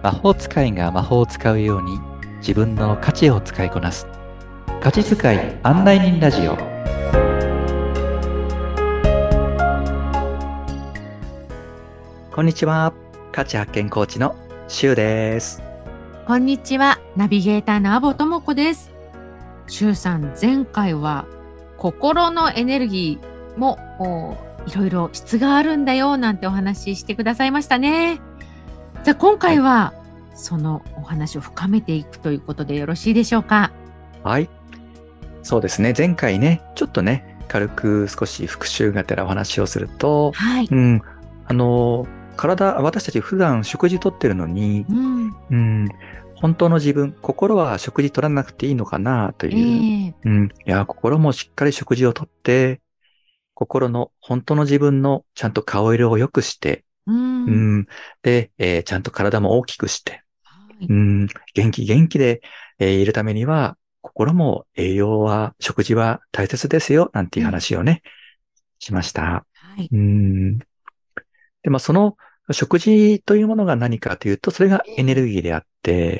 魔法使いが魔法を使うように自分の価値を使いこなす価値使い案内人ラジオ。こんにちは、価値発見コーチのしゅうです。 こんにちは、ナビゲーターの阿保智子です。しゅうさん、前回は心のエネルギーもいろいろ質があるんだよなんてお話ししてくださいましたね。じゃあ今回はそのお話を深めていくということでよろしいでしょうか。 はい、そうですね。前回ね、ちょっとね、軽く少し復習がてらお話をすると、 はい。 私たち普段食事とってるのに、 うん。 本当の自分、心は食事取らなくていいのかなという、 ええ。 いや、心もしっかり食事をとって、心の本当の自分のちゃんと顔色を良くして、 うん。 うん、で、ちゃんと体も大きくして、 はい。 うん、元気で、いるためには、心も栄養は、食事は大切ですよ、なんていうええ。 話をね、しました。 はい。 うん。で、その食事というものが何かというと、それがエネええ。 ルギーであって、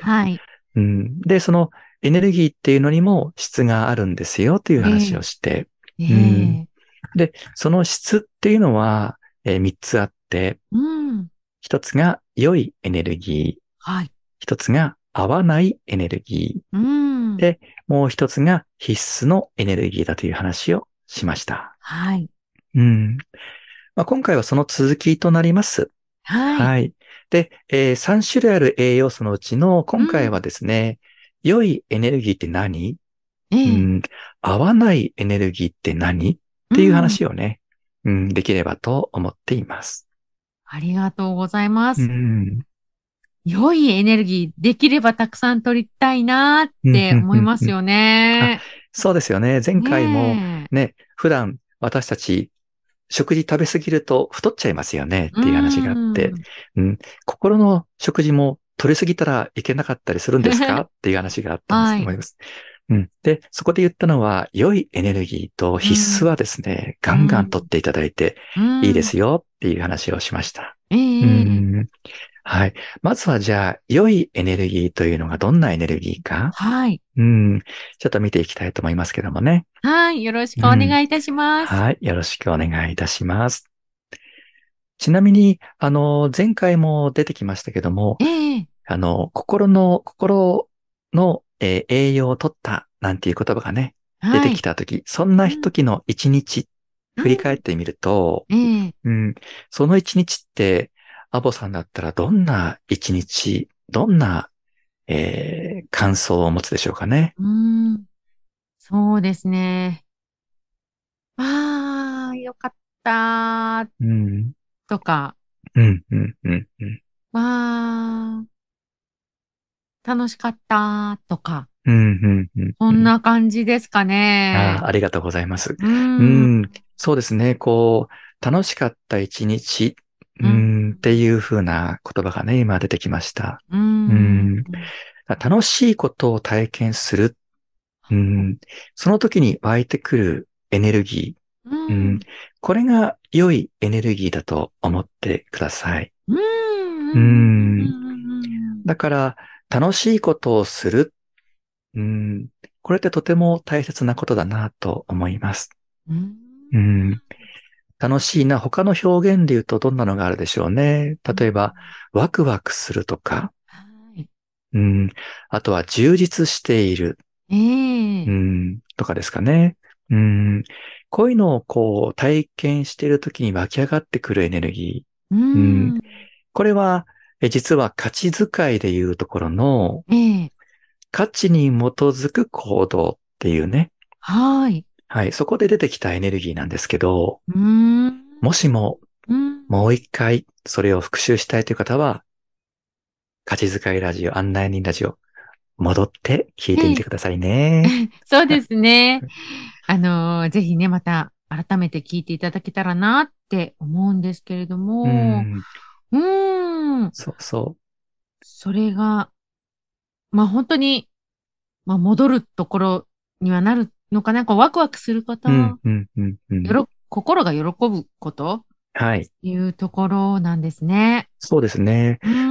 はい。 で、そのエネルギーっていうのにも質があるんですよという話をええ。 して、 えうん。 え。 で、その質っていうのは、3つあって、 うん。 1つが良いエネルギー、 はい。 1つが合わないエネルギうん。 ー、で、もう1つが必須のエネルギーだという話をしました。 はい。 うん。今回はその続きとなります。 はい。 はい。で、3種類ある栄養素のうちのうん。 今回はですね、良いエネルギーって何？ ええ。 うん、合わないエネルギーって何っていううん。 話をね、できればと思っています。 ありがとうございまうす。 ん、 良いエネルギー、できればたくさん取りたいなっうん、うん、 て思うん。うん。 いますよあ、 ね。 そうですよね。前回もねえ。 ね、普段私たち食事食べ過ぎると太っちゃいますよねっうーていう話があって、 ん。 うん、心の食事も取り過ぎたらいけなかったりするんですかっていう話があったんですはい。 と思います。で、そこで言ったのは、良いエネルギーとうん。 必須はですね、ガうん。 ンガン取っていただいてうん。 いいですよっていう話をしました。 えうえ。 ん。はい。まずはじゃあ、良いエネルギーというのがどんなエネルギーか、 はい。 うん。ちょっと見ていきたいと思いますけどもね。 はい。よろしくおうん。 願いいたします。 はい。よろしくお願いいたします。ちなみに、前回も出てきましたけども、 ええ。 心の、栄養を取ったなんていう言葉がね、出てきはい。 たとき、そんなうん。 時の一日、振り返っうん。 てみると、 ええ。 うん、その一日って、アボさんだったらどんな一日、どんな、感想を持つでしょうかね。 うーん。そうですね。ああ、よかったうん、 とか、 うん、うん、うん、うん、 わあ、楽しかったとか、 うん、うん、うん。うん。 そんな感じですかね。 ありがとうございます。 うーうん、 そうですね。こう、楽しかった一日、 うん、 っていう風な言葉がね、今出てきました。 うーうん、 ん、楽しいことを体験する。うん、その時に湧いてくるエネルギうー。 ん、 これが良いエネルギーだと思ってください。 うん、 ううん、 ん、だから、楽しいことをする。うん、これってとても大切なことだなと思います。 うん、 うん、楽しいな。他の表現で言うとどんなのがあるでしょうね。 うん、 例えば、ワクワクするとか、 はい。 うん、あとは充実している、 ええ。 とかですかね。うん、こういうのをこう体験しているときに湧き上がってくるエネルギうー。 ん、 これは、実は価値遣いでいうところのええ。 価値に基づく行動っていうね。 はい。 はい。そこで出てきたエネルギーなんですけど、 うーん、 もしもうん。 もう一回それを復習したいという方は、価値遣いラジオ、案内人ラジオ、戻って聞いてみええ。 てくださいね。 そうですね。ぜひね、また改めて聞いていただけたらなって思うんですけれどうも、 ん、 うーん、 そうそそれが、本当に、戻るところにはなるのかな、こうワクワクするこう。 と、 うん。 心が喜ぶことはい。 いうところなんですね。 そうですね。 うー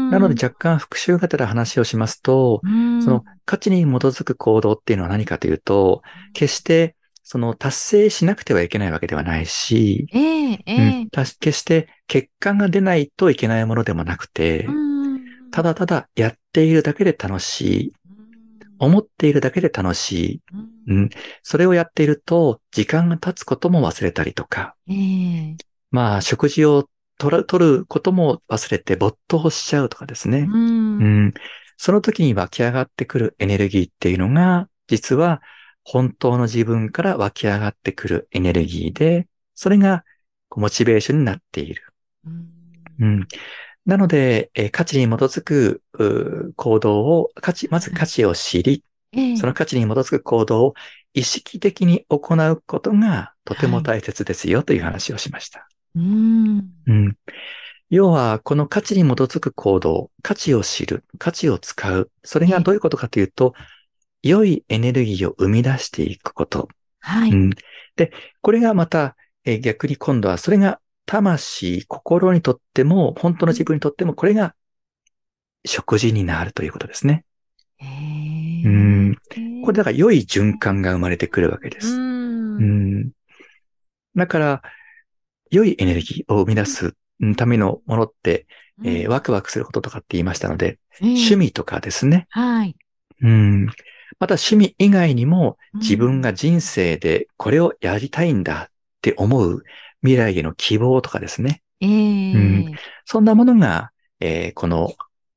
なので若干復習がてら話をしますと、その価値に基づく行動っていうのは何かというと、決してその達成しなくてはいけないわけではないし、決して結果が出ないといけないものでもなくて、ただただやっているだけで楽しい、思っているだけで楽しい、それをやっていると時間が経つことも忘れたりとか、まあ食事を取ることも忘れて没頭しちゃうとかですね。その時に湧き上がってくるエネルギーっていうのが、実は本当の自分から湧き上がってくるエネルギーで、それがモチベーションになっている。なので、価値に基づく行動を、まず価値を知り、その価値に基づく行動を意識的に行うことがとても大切ですよという話をしました。要は、この価値に基づく行動、価値を知る、価値を使う。それがどういうことかというと、良いエネルギーを生み出していくこと。で、これがまた、逆に今度はそれが魂、心にとっても、本当の自分にとっても、これが食事になるということですね。これだから良い循環が生まれてくるわけです。だから、良いエネルギーを生み出すためのものって、ワクワクすることとかって言いましたので、趣味とかですね。また趣味以外にも自分が人生でこれをやりたいんだって思う未来への希望とかですね。そんなものが、この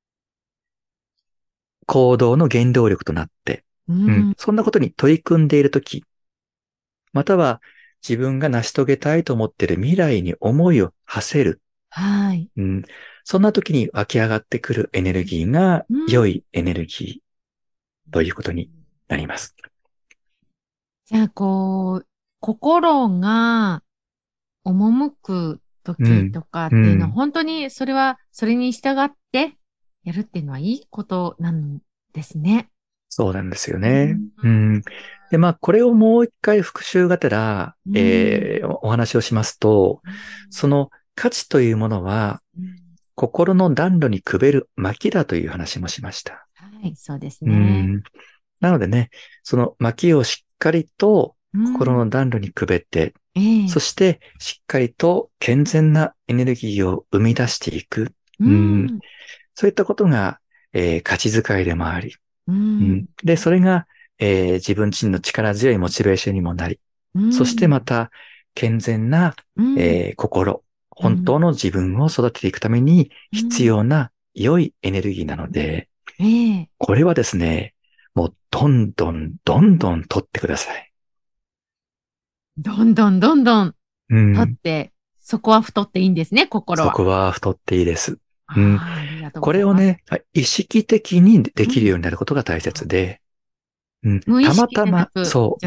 行動の原動力となって、そんなことに取り組んでいるとき、または自分が成し遂げたいと思っている未来に思いを馳せる。そんな時に湧き上がってくるエネルギーが良いエネルギーということになります。 じゃあ、心が赴く時とかっていうのは、本当にそれは、それに従ってやるっていうのはいいことなんですね。 そうなんですよね。で、まあ、これをもう一回復習がてら、お話をしますと、その価値というものは、心の暖炉にくべる薪だという話もしました。 はい、そうですね。 なのでね、その薪をしっかりと心の暖炉にくべって、そしてしっかりと健全なエネルギーを生み出していく。そういったことが、価値遣いでもあり、で、それが、自分自身の力強いモチベーションにもなり、そしてまた健全な、心、本当の自分を育てていくために必要な良いエネルギーなので、これはですね、もうどんどん取ってください。 どんどん取って、そこは太っていいんですね、心は。 そこは太っていいです。これをね、意識的にできるようになることが大切で、たまたま、そう、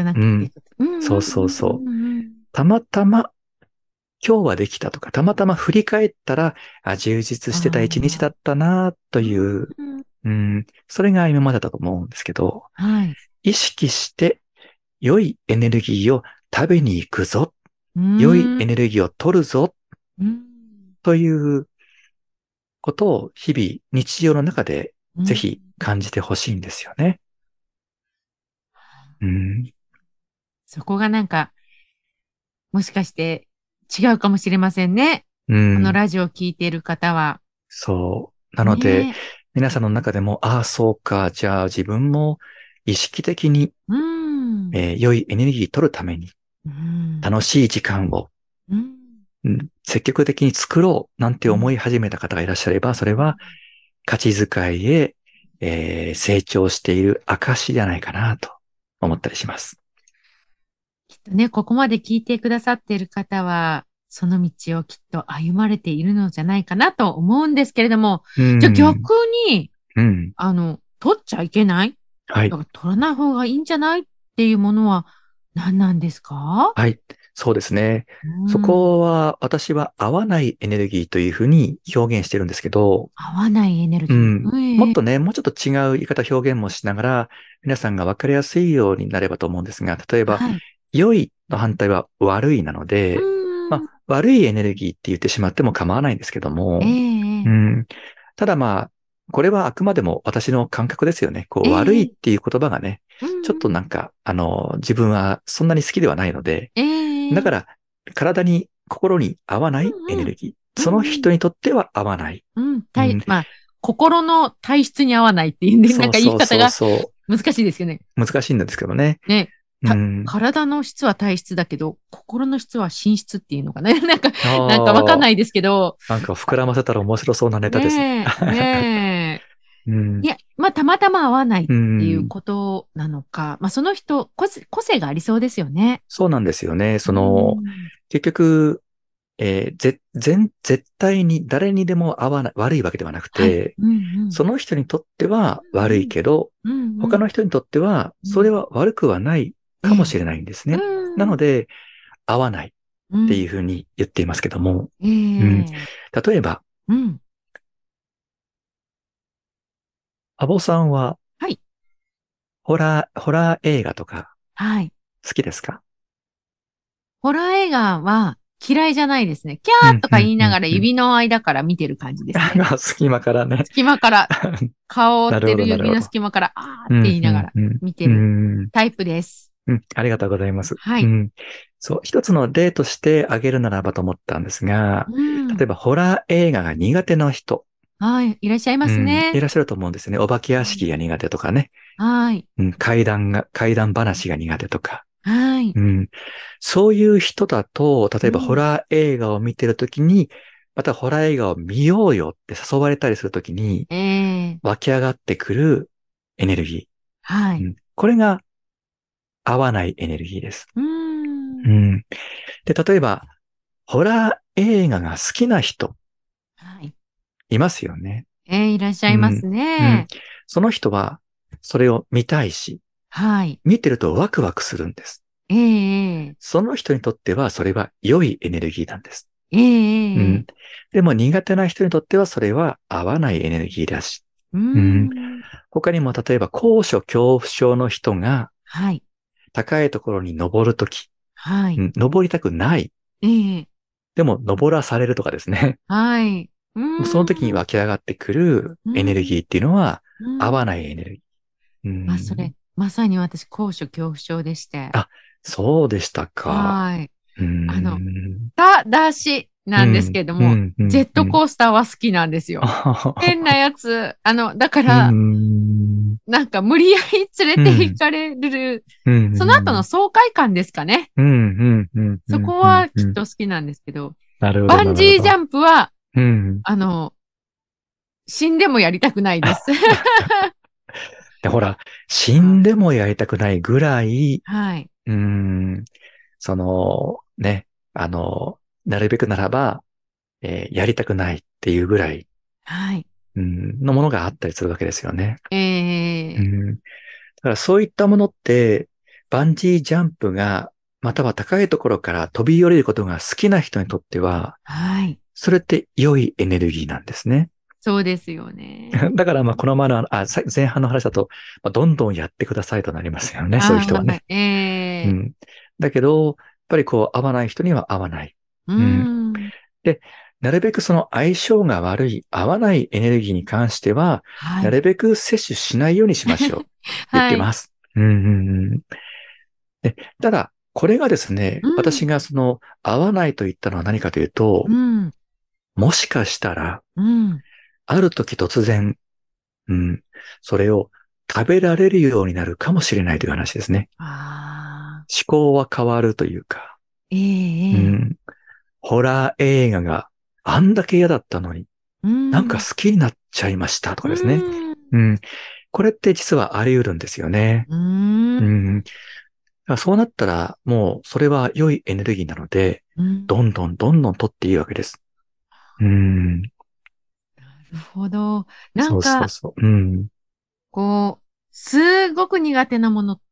たまたま、今日はできたとか、たまたま振り返ったら、充実してた一日だったな、という、それが今までだと思うんですけど、意識して良いエネルギーを食べに行くぞ、良いエネルギーを取るぞ、ということを日々日常の中でぜひ感じてほしいんですよね。 そこがなんか、もしかして違うかもしれませんね。このラジオを聞いている方は。 そう。なので、皆さんの中でも、そうか、じゃあ自分も意識的に、良いエネルギー取るために、楽しい時間を、積極的に作ろうなんて思い始めた方がいらっしゃれば、それは価値遣いへ、成長している証じゃないかなと思ったりします。 きっとね、ここまで聞いてくださっている方は、その道をきっと歩まれているのじゃないかなと思うんですけれども、じゃあ逆に、取っちゃいけない、取らない方がいいんじゃないっていうものは何なんですか？ はい。そうですね。そこは私は合わないエネルギーというふうに表現してるんですけど。 合わないエネルギー。 もっとね、もうちょっと違う言い方表現もしながら、皆さんが分かりやすいようになればと思うんですが、例えば、良いの反対は悪いなので、悪いエネルギーって言ってしまっても構わないんですけども、 ただまあ、これはあくまでも私の感覚ですよね。こう、悪いっええ、 ていう言葉がね、ちょっとうんうん。 なんか、自分はそんなに好きではないので、 ええ、 だから、体に、心に合わないエうんうん。 ネルギー。そのうんうん。 人にとっては合わない。 うん、 うん。 まあ、心の体質に合わないっていうんで、なんか言いそうそう方がそうそ難しいですよね。 う。難しいんですけどね。 ね。 うん。 体の質は体質だけど、心の質は心質っていうのかね。なんかわかんああ、 ないですけど、 なんか膨らませたら面白そうなネタですね。 ねえ、ねうん。 え。いや、まあ、たまたま合わないっうていうん。 ことなのか、まあ、その人、個性がありそうですよね。 そうなんですよね。 うん。 結局、絶対に誰にでも合わない、悪いわけではなくはい。 て、 うんうん。 その人にとっては悪いうんけど、 うん。うんうん。 他の人にとっては、 うん。 それは悪くはないええ。 かもしれないんですうね。なのん。 で、合わないっうん。 ていうふうに言っていますけども、 えうん。 え。 例えば、 うん。 アボさんは、 はい。 ホラー映画とかはい。 好きですか？ ホラー映画は嫌いじゃないですね。キャうん、 ーとうん、うん、 か言いながらうん。 指の間から見てる感じですね。 隙間からね。 隙間から、顔を折ってなるほど、なるる指のほど。 隙間から、あーってうん、うん、 言いながらうん。う見てるん、 タイプです。 うん、ありがとうございます。 はい。 うん。そう、一つの例として挙げるならばと思ったんですが、 うん。 例えばホラー映画が苦手な人、 はい。いらっしゃいまうん、いすね。 らっしゃると思うんですね。お化け屋敷が苦手とかね。 はい。 うん、怪談話が苦手とか。 はい。 うん。そういう人だと、例えばホうん。 ラー映画を見てるときに、またホラー映画を見ようよって誘われたりするときに、 ええ、 湧き上がってくるエネルギはい。 ー。うん。これが合わないエネルギーです。 うーん。 うん。で、例えば、ホラー映画が好きな人、 はい。 いますよね。 いらっしゃうん。 いますうん。 ね。 その人は、それを見たいし、 はい。 見てるとワクワクするんです。 ええ、 その人にとっては、それは良いエネルギーなんです。 ええ、 うん。でも苦手な人にとっては、それは合わないエネルギーだし。 うーうん。 ん。 他にも、例えば、高所恐怖症の人がはい。 高いところに登るとき、 はい。 うん、登りたくない。 ええ、 でも、登らされるとかですね。 はい。うーその時にん。 湧き上がってくるうーん。 エネルギーっていうのは、 う合わーん。 ないエネルギー。うあ、そん。 れ、まさに私、高所恐怖症でして。 あ、そうでしたか。 はい。 うあの、 ん。 ただし、なんですけうん、 れども、 うん、うん、 ジェットうん。 コースターは好きなんですよ。変なやつ、だかうら、 ん、 なんか無理やり連れて行うん、 かれる、 うその後のん、 爽快感ですかね。 うん、うん、うん、 そこうん、 はきっうん。 と好きなんですけど、 なるほど、 バンジージャなるほど。 ンプは、 うん。 あの、死んでもやりたくないです。 で、ほら、死んはい。 でもやりたくないぐらい、 はい。 うん、ね、なるべくならば、やりたくないっていうぐらい、 はい。 うん、のものがあったりするわけですよね。うええ、 ん。だからそういったものって、バンジージャンプが、または高いところから飛び降りることが好きな人にとっては、 はい。 それって良いエネルギーなんですね。 そうですよね。 だからまあこの前の前半の話だと、まあ、どんどんやってくださいとなりますよね。そういう人はああ、 ね。 ええ、 うん。だけど、やっぱりこう合わない人には合わない。 うーうん。 ん。 で、なるべくその相性が悪い、合わないエネルギーに関しては、 はい。 なるべく摂取しないようにしましょうって言っはい。 てます。うんうんうん。で、ただ、これがですね、 うん。 私が合わないと言ったのは何かというと、 うん。 もしかしたら、 うん。 ある時突然、うん、それを食べられるようになるかもしれないという話ですね。 ああ、 思考は変わるというか、 ええ、ええ、 うん、ホラー映画があんだけ嫌だったのに、 うなんかん。 好きになっちゃいましたとうかですね。 ん。 うん。これって実はあり得るんですよね。 うーん。 うん。だからそうなったら、もうそれは良いエネルギーなので、 うん。 どんどんどんどん取っていいわけです。うん。 なるほど。なんそうそうか、 そう。うん。 こう、すごく苦手なものって、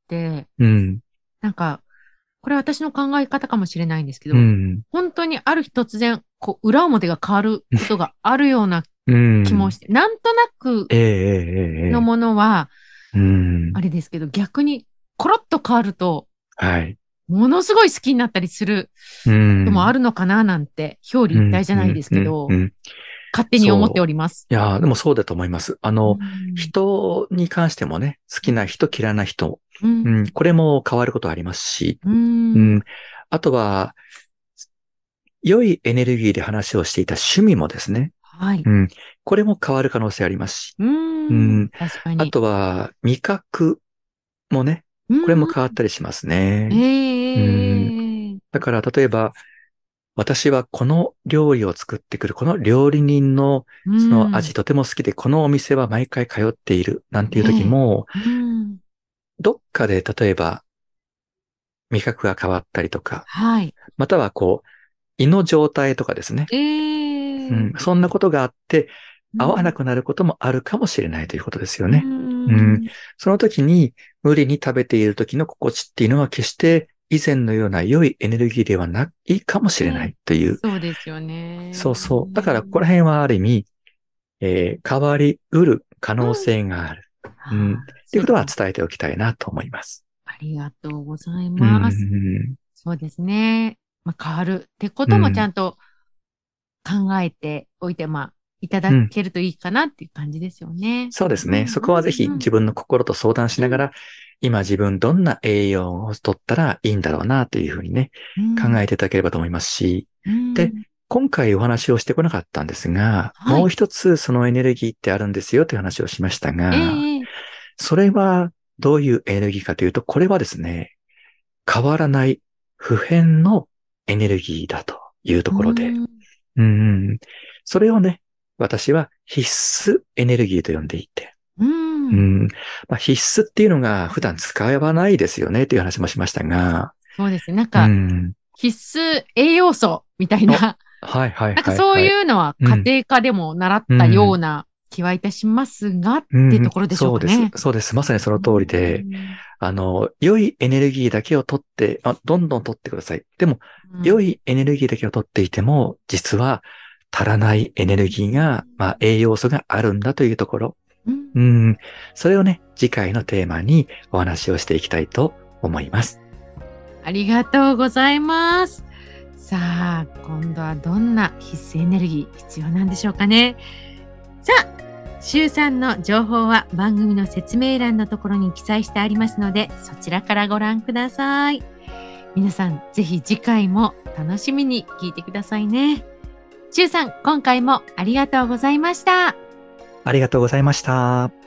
うん。 なんか、これは私の考え方かもしれないんですけど、 うん。 本当にある日突然、裏表が変わることがあるようなうん。 気もして、なんとなくええ、ええ、えのもえ。 のは、 うん。 あれですけど、逆にコロッと変わると、 はい。 ものすごい好きになったりするうこともあん。 るのかななんて、表裏うん。 一体じゃないでうん。うん。 すけど、 うん。 勝手に思っております。 いやー、でもそうだと思います。 うん。 人に関してもね、好きな人、嫌いな人、 うん。 これも変わることありますし、 うん。 あとは、良いエネルギーで話をしていた趣味もですね、 はい。 うん、これも変わる可能性ありますし、 うん。確かに。 あとは、味覚もね、 うこれもん。 変わったりしますね。うん、 ええ。 だから、例えば、私はこの料理を作ってくる、この料理人のうその味ん。 とても好きで、このお店は毎回通っている、なんていう時ええ。 も、 うん。 どっかで例えば味覚が変わったりとか、 はい。 またはこう、胃の状態とかですね。 ええ。 そんなことがあって、合わなうん。 くなることもあるかもしれないということですようね。うん、 ん。 その時に無理に食べている時の心地っていうのは決して以前のような良いエネルギーではないかもしれなええ。 いという。 そうですよね。 そうそう。だからここら辺はある意味、変わりうる可能うん。 性がある。っああ、 ていうことはそうですね。 伝えておきたいなと思います。 ありがとうございうます。 ん、 そうですね。まあ、変わるってこともちゃうん、 んと考えておいて、まあ、いただうん。 けるといいかなっていう感じですよね。 そうですね。 うん、 そこはぜひうん、うん、 自分の心と相談しうん、 ながら、今自分どんな栄養を取ったらいいんだろうなというふうにね、 うん、 考えていただければと思いますし、 うで、 ん。 今回お話をしてこなかったんですが、もうはい。 一つそのエネルギーってあるんですよという話をしましたが、 ええ、 それはどういうエネルギーかというと、これはですね、変わらない不変のエネルギーだというとうころで、 ん、 うん、それをね、私は必須エネルギーと呼んでいて、 うん。 うん、必須っていうのが普段使わないですよねという話もしましたが、 そうですね。なんうか、 ん、 必須栄養素みたいお、 な、 はいはいなんかそうはいはい。 いうのは家うん、 庭科でも習ったよううん、 な気はいたしますが、っうん、 てところでしょうそうです。 かね。 そうです。まさにそのう通りで、 ん、 良いエネルギーだけを取って、どんどん取ってください。でも、 うん、 良いエネルギーだけを取っていても、実は足らないエネルうん、 ギーが、栄養素があるんだというところ。 うん。 うん、それをね、次回のテーマにお話をしていきたいと思います。 ありがとうございます。さあ、今度はどんな必須エネルギー必要なんでしょうかね。さあ、週3の情報は番組の説明欄のところに記載してありますので、そちらからご覧ください。皆さん、ぜひ次回も楽しみに聞いてくださいね。週さん、今回もありがとうございました。 ありがとうございました。